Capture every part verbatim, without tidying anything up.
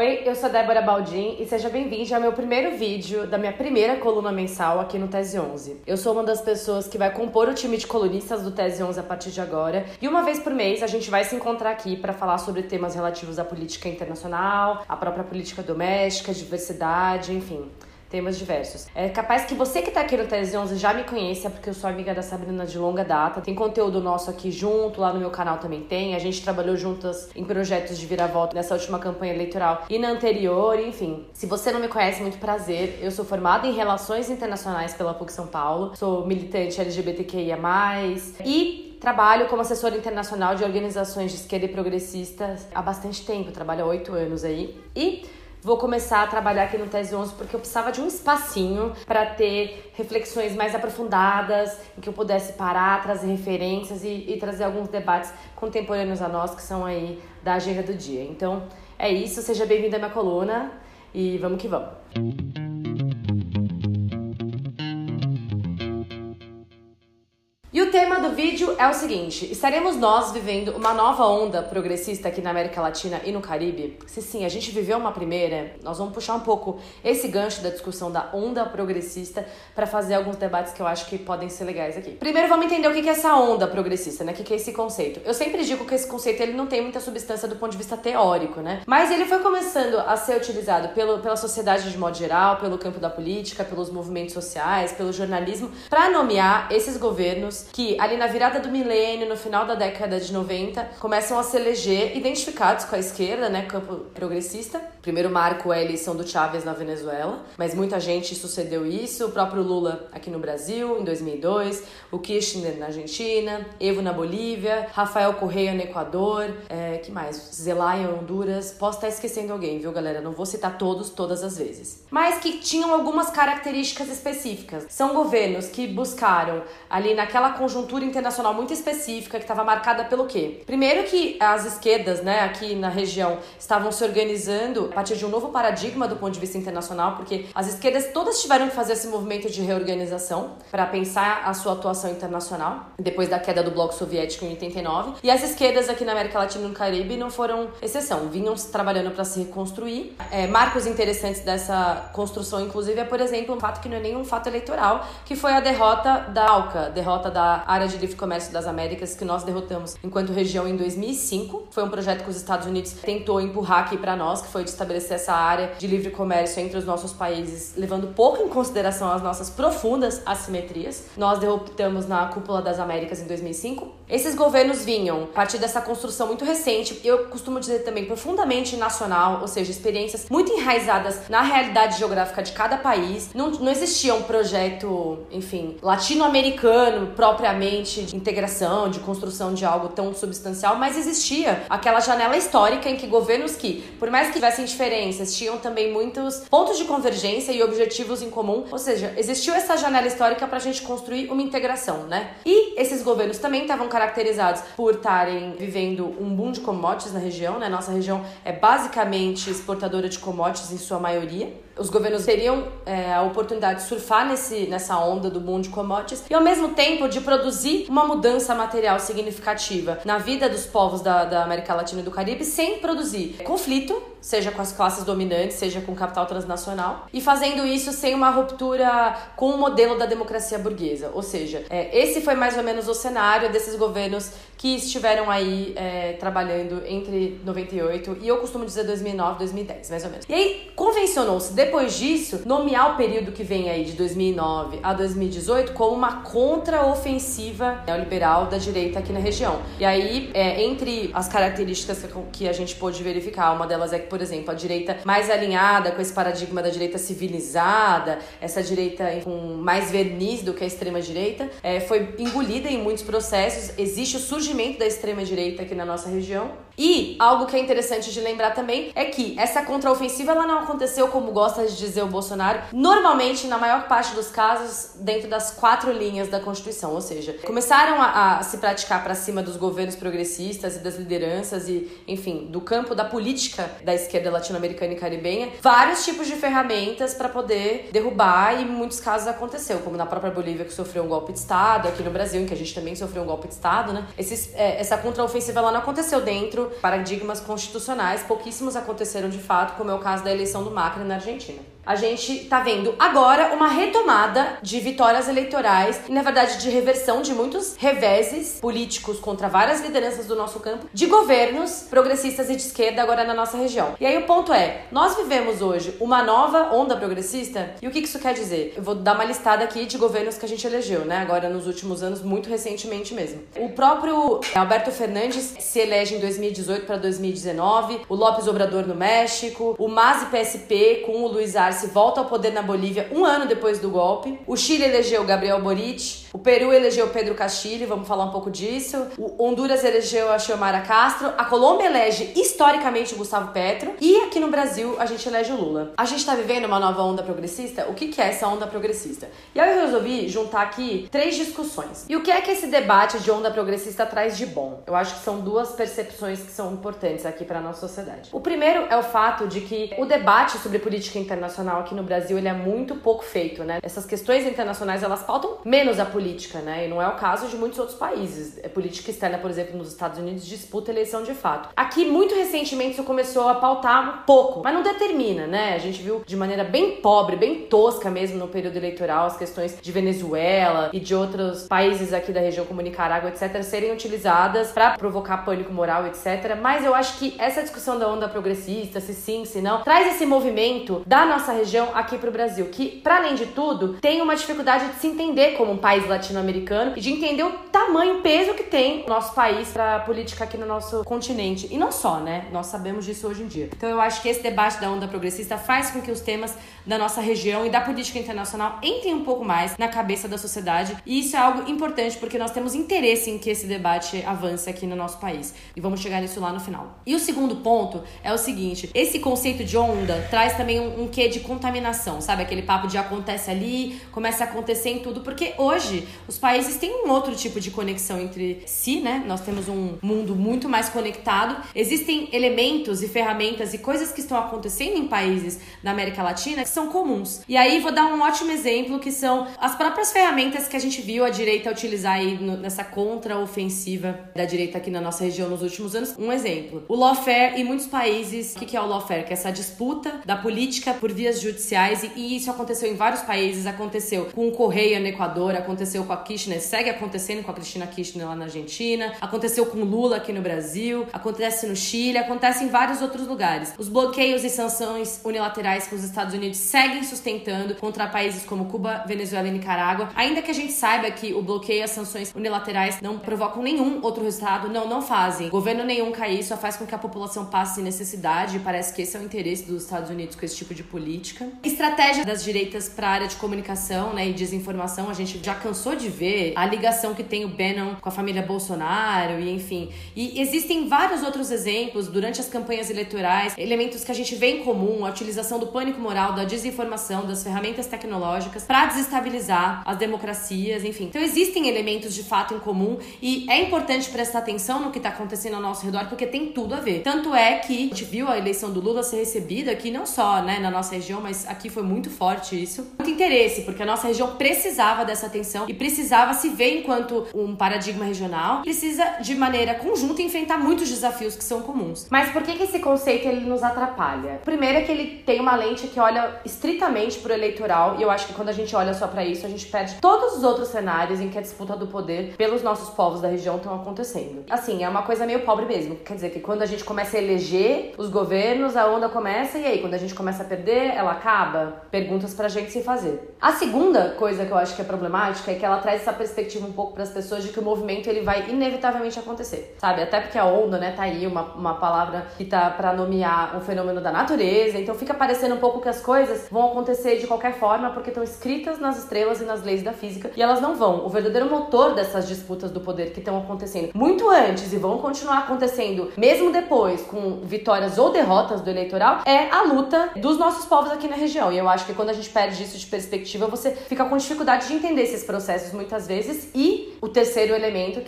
Oi, eu sou Débora Baldin e seja bem-vindo ao meu primeiro vídeo da minha primeira coluna mensal aqui no Tese onze. Eu sou uma das pessoas que vai compor o time de colunistas do Tese onze a partir de agora e uma vez por mês a gente vai se encontrar aqui para falar sobre temas relativos à política internacional, à própria política doméstica, diversidade, enfim... temas diversos. É capaz que você que tá aqui no Tese onze já me conheça, porque eu sou amiga da Sabrina de longa data. Tem conteúdo nosso aqui junto, lá no meu canal também tem. A gente trabalhou juntas em projetos de vira-volta nessa última campanha eleitoral e na anterior, enfim. Se você não me conhece, muito prazer. Eu sou formada em Relações Internacionais pela P U C São Paulo. Sou militante L G B T Q I A mais, e trabalho como assessora internacional de organizações de esquerda e progressistas há bastante tempo. Trabalho há oito anos aí. E vou começar a trabalhar aqui no Tese onze porque eu precisava de um espacinho para ter reflexões mais aprofundadas, em que eu pudesse parar, trazer referências e, e trazer alguns debates contemporâneos a nós, que são aí da agenda do dia. Então, é isso. Seja bem-vindo à minha coluna e vamos que vamos. E o tema do vídeo é o seguinte: estaremos nós vivendo uma nova onda progressista aqui na América Latina e no Caribe? Se sim, a gente viveu uma primeira, nós vamos puxar um pouco esse gancho da discussão da onda progressista para fazer alguns debates que eu acho que podem ser legais aqui. Primeiro vamos entender o que é essa onda progressista, né? O que é esse conceito. Eu sempre digo que esse conceito ele não tem muita substância do ponto de vista teórico, né? Mas ele foi começando a ser utilizado pelo, pela sociedade de modo geral, pelo campo da política, pelos movimentos sociais, pelo jornalismo, para nomear esses governos que ali na virada do milênio, no final da década de noventa, começam a se eleger identificados com a esquerda, né, campo progressista. O primeiro marco é a eleição do Chávez na Venezuela, mas muita gente sucedeu isso, o próprio Lula aqui no Brasil, em dois mil e dois, o Kirchner na Argentina, Evo na Bolívia, Rafael Correa no Equador, é, que mais? Zelaya em Honduras. Posso estar esquecendo alguém, viu, galera? Não vou citar todos, todas as vezes. Mas que tinham algumas características específicas. São governos que buscaram ali naquela conjuntura internacional muito específica, que estava marcada pelo quê? Primeiro que as esquerdas, né, aqui na região, estavam se organizando a partir de um novo paradigma do ponto de vista internacional, porque as esquerdas todas tiveram que fazer esse movimento de reorganização para pensar a sua atuação internacional, depois da queda do bloco soviético em oitenta e nove, e as esquerdas aqui na América Latina e no Caribe não foram exceção, vinham trabalhando para se reconstruir. É, marcos interessantes dessa construção, inclusive, é, por exemplo, um fato que não é nenhum fato eleitoral, que foi a derrota da ALCA, derrota da Área de Livre Comércio das Américas, que nós derrotamos enquanto região em dois mil e cinco. Foi um projeto que os Estados Unidos tentou empurrar aqui para nós, que foi de estabelecer essa área de livre comércio entre os nossos países, levando pouco em consideração as nossas profundas assimetrias. Nós derrotamos na Cúpula das Américas em dois mil e cinco. Esses governos vinham a partir dessa construção muito recente, eu costumo dizer também profundamente nacional, ou seja, experiências muito enraizadas na realidade geográfica de cada país. Não, não existia um projeto, enfim, latino-americano propriamente de integração, de construção de algo tão substancial, mas existia aquela janela histórica em que governos que, por mais que tivessem diferenças, tinham também muitos pontos de convergência e objetivos em comum, ou seja, existiu essa janela histórica pra gente construir uma integração, né? E esses governos também estavam caracterizados por estarem vivendo um boom de commodities na região, né? Nossa região é basicamente exportadora de commodities em sua maioria. Os governos teriam é, a oportunidade de surfar nesse, nessa onda do boom de commodities e, ao mesmo tempo, de produzir uma mudança material significativa na vida dos povos da, da América Latina e do Caribe sem produzir conflito, seja com as classes dominantes, seja com o capital transnacional, e fazendo isso sem uma ruptura com o modelo da democracia burguesa. Ou seja, é, esse foi mais ou menos o cenário desses governos que estiveram aí é, trabalhando entre noventa e oito e eu costumo dizer dois mil e nove, dois mil e dez, mais ou menos. E aí, convencionou-se, depois disso, nomear o período que vem aí de dois mil e nove a dois mil e dezoito como uma contraofensiva neoliberal da direita aqui na região. E aí, é, entre as características que a gente pôde verificar, uma delas é que, por exemplo, a direita mais alinhada com esse paradigma da direita civilizada, essa direita com mais verniz do que a extrema-direita, é, foi engolida em muitos processos. Existe o surgimento da extrema-direita aqui na nossa região. E algo que é interessante de lembrar também é que essa contraofensiva ela não aconteceu, como gosta de dizer o Bolsonaro, normalmente, na maior parte dos casos, dentro das quatro linhas da Constituição. Ou seja, começaram a, a se praticar para cima dos governos progressistas e das lideranças e, enfim, do campo da política da esquerda latino-americana e caribenha, vários tipos de ferramentas para poder derrubar, e em muitos casos aconteceu, como na própria Bolívia, que sofreu um golpe de Estado, aqui no Brasil, em que a gente também sofreu um golpe de Estado, né? Esses, é, essa contraofensiva ela não aconteceu dentro exemplo, paradigmas constitucionais, pouquíssimos aconteceram de fato, como é o caso da eleição do Macri na Argentina. A gente tá vendo agora uma retomada de vitórias eleitorais e, na verdade, de reversão de muitos reveses políticos contra várias lideranças do nosso campo, de governos progressistas e de esquerda agora na nossa região. E aí o ponto é, nós vivemos hoje uma nova onda progressista, e o que isso quer dizer? Eu vou dar uma listada aqui de governos que a gente elegeu, né, agora nos últimos anos, muito recentemente mesmo. O próprio Alberto Fernandes se elege em dois mil e dezoito para dois mil e dezenove, o López Obrador no México, o M A S e P S P com o Luiz Arce volta ao poder na Bolívia um ano depois do golpe. O Chile elegeu Gabriel Boric. O Peru elegeu Pedro Castilho, vamos falar um pouco disso. O Honduras elegeu a Xiomara Castro. A Colômbia elege historicamente o Gustavo Petro. E aqui no Brasil a gente elege o Lula. A gente tá vivendo uma nova onda progressista. O que que é essa onda progressista? E aí eu resolvi juntar aqui três discussões. E o que é que esse debate de onda progressista traz de bom? Eu acho que são duas percepções que são importantes aqui para nossa sociedade. O primeiro é o fato de que o debate sobre política internacional aqui no Brasil, ele é muito pouco feito, né? Essas questões internacionais, elas pautam menos a política, né? E não é o caso de muitos outros países. A política externa, por exemplo, nos Estados Unidos, disputa eleição de fato. Aqui, muito recentemente, isso começou a pautar um pouco, mas não determina, né? A gente viu de maneira bem pobre, bem tosca mesmo no período eleitoral, as questões de Venezuela e de outros países aqui da região, como Nicarágua, etcétera, serem utilizadas para provocar pânico moral, etcétera. Mas eu acho que essa discussão da onda progressista, se sim, se não, traz esse movimento da nossa região aqui pro Brasil, que, para além de tudo, tem uma dificuldade de se entender como um país latino-americano e de entender o tamanho, o peso que tem o nosso país pra política aqui no nosso continente. E não só, né? Nós sabemos disso hoje em dia. Então eu acho que esse debate da onda progressista faz com que os temas da nossa região e da política internacional entrem um pouco mais na cabeça da sociedade, e isso é algo importante porque nós temos interesse em que esse debate avance aqui no nosso país. E vamos chegar nisso lá no final. E o segundo ponto é o seguinte, esse conceito de onda traz também um, um quê de contaminação, sabe? Aquele papo de acontece ali, começa a acontecer em tudo, porque hoje os países têm um outro tipo de conexão entre si, né? Nós temos um mundo muito mais conectado. Existem elementos e ferramentas e coisas que estão acontecendo em países da América Latina que são comuns. E aí vou dar um ótimo exemplo, que são as próprias ferramentas que a gente viu a direita utilizar aí no, nessa contra-ofensiva da direita aqui na nossa região nos últimos anos. Um exemplo, o lawfare em muitos países. O que, que é o lawfare? Que é essa disputa da política por vias judiciais, e, e isso aconteceu em vários países. Aconteceu com o Correia no Equador, aconteceu com a Kirchner, segue acontecendo com a Cristina Kirchner lá na Argentina, aconteceu com o Lula aqui no Brasil, acontece no Chile, acontece em vários outros lugares. Os bloqueios e sanções unilaterais que os Estados Unidos seguem sustentando contra países como Cuba, Venezuela e Nicarágua, ainda que a gente saiba que o bloqueio e as sanções unilaterais não provocam nenhum outro resultado, não, não fazem. Governo nenhum cair, só faz com que a população passe necessidade, e parece que esse é o interesse dos Estados Unidos com esse tipo de política. Estratégia das direitas para a área de comunicação, né, e desinformação, a gente já cansou de ver a ligação que tem o Bannon com a família Bolsonaro, e enfim. E existem vários outros exemplos durante as campanhas eleitorais, elementos que a gente vê em comum, a utilização do pânico moral, da desinformação, das ferramentas tecnológicas para desestabilizar as democracias, enfim. Então existem elementos de fato em comum, e é importante prestar atenção no que está acontecendo ao nosso redor, porque tem tudo a ver. Tanto é que a gente viu a eleição do Lula ser recebida aqui, não só, né, na nossa região, mas aqui foi muito forte isso. Muito interesse, porque a nossa região precisava dessa atenção e precisava se ver enquanto um paradigma regional, precisa de maneira conjunta enfrentar muitos desafios que são comuns. Mas por que que esse conceito ele nos atrapalha? Primeiro é que ele tem uma lente que olha estritamente pro eleitoral, e eu acho que quando a gente olha só pra isso, a gente perde todos os outros cenários em que a disputa do poder pelos nossos povos da região estão acontecendo. Assim, é uma coisa meio pobre mesmo. Quer dizer que quando a gente começa a eleger os governos, a onda começa, e aí, quando a gente começa a perder, ela acaba? Perguntas pra gente se fazer. A segunda coisa que eu acho que é problemática é que ela traz essa perspectiva um pouco pras pessoas de que o movimento ele vai inevitavelmente acontecer, sabe? Até porque a onda, né, tá aí, uma, uma palavra que tá pra nomear um fenômeno da natureza, então fica parecendo um pouco que as coisas vão acontecer de qualquer forma porque estão escritas nas estrelas e nas leis da física, e elas não vão. O verdadeiro motor dessas disputas do poder que estão acontecendo muito antes e vão continuar acontecendo mesmo depois, com vitórias ou derrotas do eleitoral, é a luta dos nossos povos aqui na região. E eu acho que quando a gente perde isso de perspectiva, você fica com dificuldade de entender esses processos muitas vezes. E o terceiro elemento, que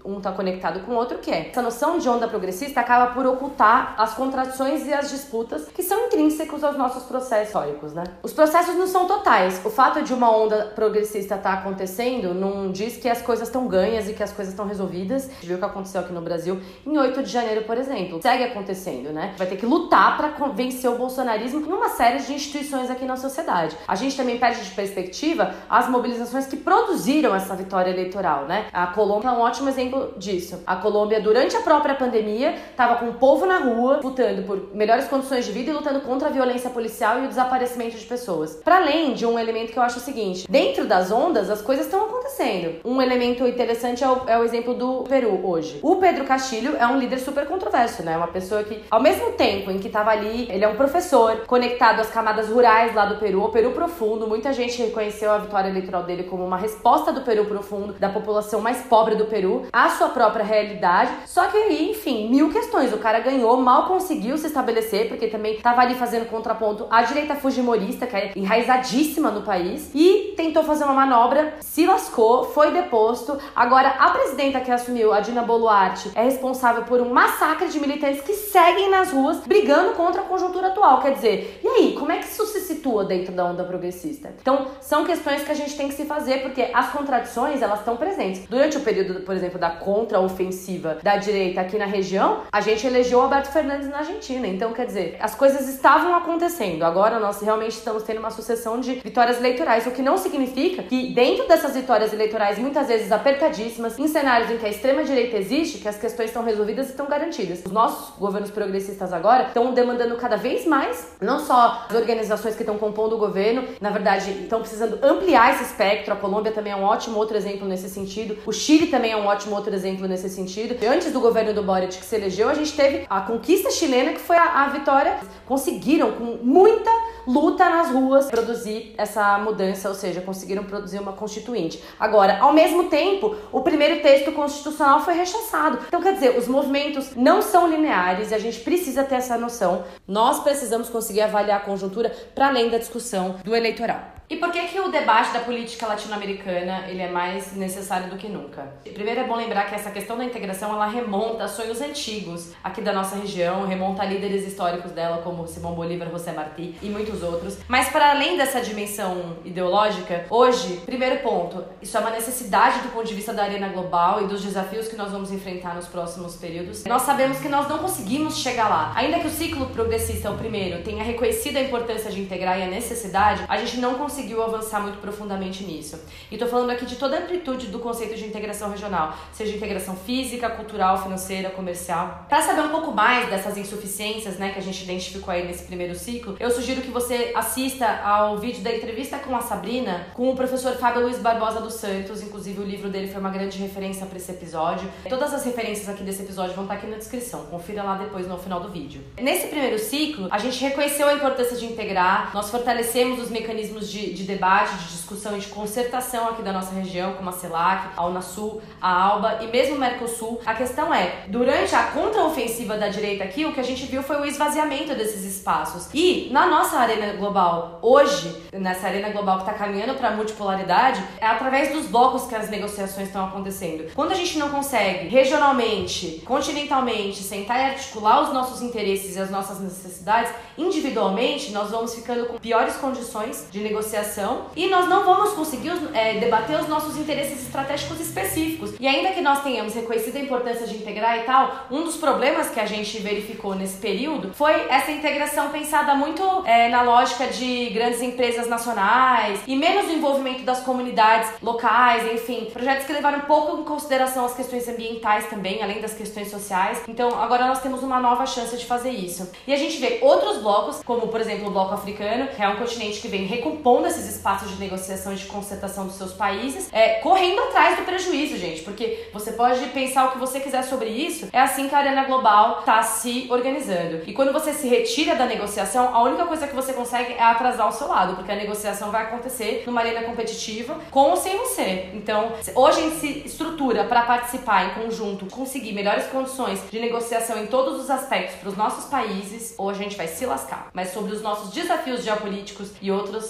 um tá conectado com o outro, que é essa noção de onda progressista acaba por ocultar as contradições e as disputas que são intrínsecos aos nossos processos históricos, né? Os processos não são totais. O fato de uma onda progressista estar acontecendo não diz que as coisas estão ganhas e que as coisas estão resolvidas. A gente viu o que aconteceu aqui no Brasil em oito de janeiro, por exemplo. Segue acontecendo, né? Vai ter que lutar para vencer o bolsonarismo em uma série de instituições aqui na sociedade. A gente também perde de perspectiva as mobilizações que produziram essa vitória eleitoral, né? A Colômbia é um ótimo exemplo disso. A Colômbia, durante a própria pandemia, estava com o povo na rua, lutando por melhores condições de vida e lutando contra a violência policial e o desaparecimento de pessoas. Para além de um elemento que eu acho o seguinte, dentro das ondas, as coisas estão acontecendo. Um elemento interessante é o, é o exemplo do Peru hoje. O Pedro Castilho é um líder super controverso, né? Uma pessoa que, ao mesmo tempo em que estava ali, ele é um professor conectado às camadas rurais lá do Peru, o Peru profundo. Muita gente reconheceu a vitória eleitoral dele como uma resposta do Peru profundo, da população mais pobre do Peru, à sua própria realidade. Só que aí, enfim, mil questões. O cara ganhou, mal conseguiu se estabelecer, porque também estava ali fazendo contraponto à direita fujimorista, que é enraizadíssima no país, e tentou fazer uma manobra, se lascou, foi deposto. Agora, a presidenta que assumiu, a Dina Boluarte, é responsável por um massacre de militantes que seguem nas ruas brigando contra a conjuntura atual. Quer dizer, e aí, como é que isso se situa dentro da onda progressista? Então, são questões que a gente tem que se fazer, porque as contradições, elas estão presentes. Durante o período, por exemplo, da contra-ofensiva da direita aqui na região, a gente elegeu o Alberto Fernandes na Argentina. Então, quer dizer, as coisas estavam acontecendo. Agora, nós realmente estamos tendo uma sucessão de vitórias eleitorais, o que não significa que dentro dessas vitórias eleitorais, muitas vezes apertadíssimas, em cenários em que a extrema-direita existe, que as questões estão resolvidas e estão garantidas. Os nossos governos progressistas agora estão demandando cada vez mais, não só as organizações que estão compondo o governo, na verdade, estão precisando ampliar esse espectro. A Colômbia também é um ótimo outro exemplo nesse sentido. O Chile também é um ótimo outro exemplo nesse sentido. E antes do governo do Boric que se elegeu, a gente teve a conquista chilena, que foi a, a vitória. Conseguiram, com muita luta nas ruas, produzir essa mudança, ou seja, conseguiram produzir uma constituinte. Agora, ao mesmo tempo, o primeiro texto constitucional foi rechaçado. Então, quer dizer, os movimentos não são lineares e a gente precisa ter essa noção. Nós precisamos conseguir avaliar a conjuntura para além da discussão do eleitoral. E por que que o debate da política latino-americana ele é mais necessário do que nunca? Primeiro é bom lembrar que essa questão da integração ela remonta a sonhos antigos aqui da nossa região, remonta a líderes históricos dela como Simão Bolívar, José Martí e muitos outros. Mas para além dessa dimensão ideológica, hoje, primeiro ponto, isso é uma necessidade do ponto de vista da arena global e dos desafios que nós vamos enfrentar nos próximos períodos. Nós sabemos que nós não conseguimos chegar lá. Ainda que o ciclo progressista, o primeiro, tenha reconhecido a importância de integrar e a necessidade, a gente não conseguiu conseguiu avançar muito profundamente nisso. E tô falando aqui de toda a amplitude do conceito de integração regional, seja integração física, cultural, financeira, comercial. Para saber um pouco mais dessas insuficiências, né, que a gente identificou aí nesse primeiro ciclo, eu sugiro que você assista ao vídeo da entrevista com a Sabrina, com o professor Fábio Luiz Barbosa dos Santos. Inclusive o livro dele foi uma grande referência para esse episódio. Todas as referências aqui desse episódio vão estar aqui na descrição, confira lá depois no final do vídeo. Nesse primeiro ciclo, a gente reconheceu a importância de integrar, nós fortalecemos os mecanismos de, de debate, de discussão e de concertação aqui da nossa região, como a CELAC, a Unasul, a ALBA e mesmo o Mercosul. A questão é, durante a contraofensiva da direita aqui, o que a gente viu foi o esvaziamento desses espaços. E na nossa arena global, hoje, nessa arena global que está caminhando para a multipolaridade, é através dos blocos que as negociações estão acontecendo. Quando a gente não consegue, regionalmente, continentalmente, sentar e articular os nossos interesses e as nossas necessidades, individualmente, nós vamos ficando com piores condições de negociação e nós não vamos conseguir é, debater os nossos interesses estratégicos específicos. E ainda que nós tenhamos reconhecido a importância de integrar e tal, um dos problemas que a gente verificou nesse período foi essa integração pensada muito é, na lógica de grandes empresas nacionais e menos o envolvimento das comunidades locais, enfim, projetos que levaram um pouco em consideração as questões ambientais também, além das questões sociais. Então agora nós temos uma nova chance de fazer isso. E a gente vê outros blocos, como por exemplo o bloco africano, que é um continente que vem recompondo esses espaços de negociação e de concertação dos seus países, é, correndo atrás do prejuízo, gente, porque você pode pensar o que você quiser sobre isso, é assim que a arena global está se organizando. E quando você se retira da negociação, a única coisa que você consegue é atrasar o seu lado, porque a negociação vai acontecer numa arena competitiva, com ou sem você. Então, hoje a gente se estrutura para participar em conjunto, conseguir melhores condições de negociação em todos os aspectos para os nossos países, ou a gente vai se lascar. Mas sobre os nossos desafios geopolíticos e outros, falaremos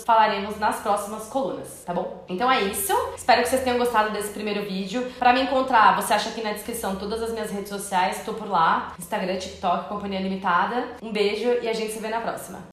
falaremos nas próximas colunas, tá bom? Então é isso. Espero que vocês tenham gostado desse primeiro vídeo. Pra me encontrar, você acha aqui na descrição todas as minhas redes sociais. Tô por lá. Instagram, TikTok, Companhia Limitada. Um beijo e a gente se vê na próxima.